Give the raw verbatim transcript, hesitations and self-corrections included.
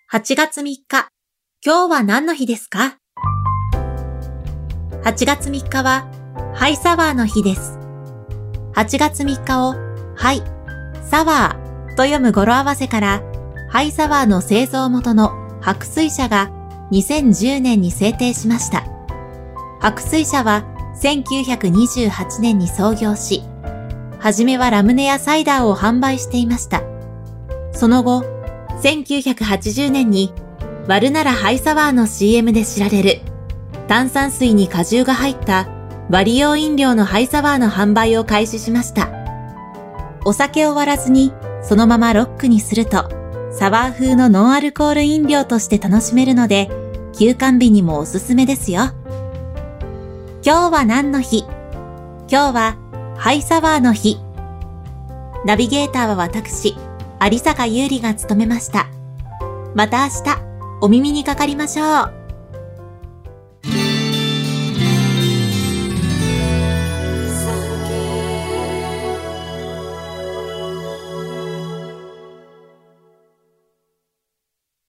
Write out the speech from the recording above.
はちがつみっか、今日は何の日ですか？ はち 月みっかは、ハイサワーの日です。はちがつみっかを、ハイ、サワーと読む語呂合わせから、ハイサワーの製造元の白水社がにせんじゅうねんに制定しました。白水社はせんきゅうひゃくにじゅうはちねんに創業し、はじめはラムネやサイダーを販売していました。その後、せんきゅうひゃくはちじゅうねんに割るならハイサワーの シーエム で知られる炭酸水に果汁が入った割り用飲料のハイサワーの販売を開始しました。お酒を割らずにそのままロックにするとサワー風のノンアルコール飲料として楽しめるので休館日にもおすすめですよ。今日は何の日？今日はハイサワーの日。ナビゲーターは私、有坂優里が務めました。また明日、お耳にかかりましょう。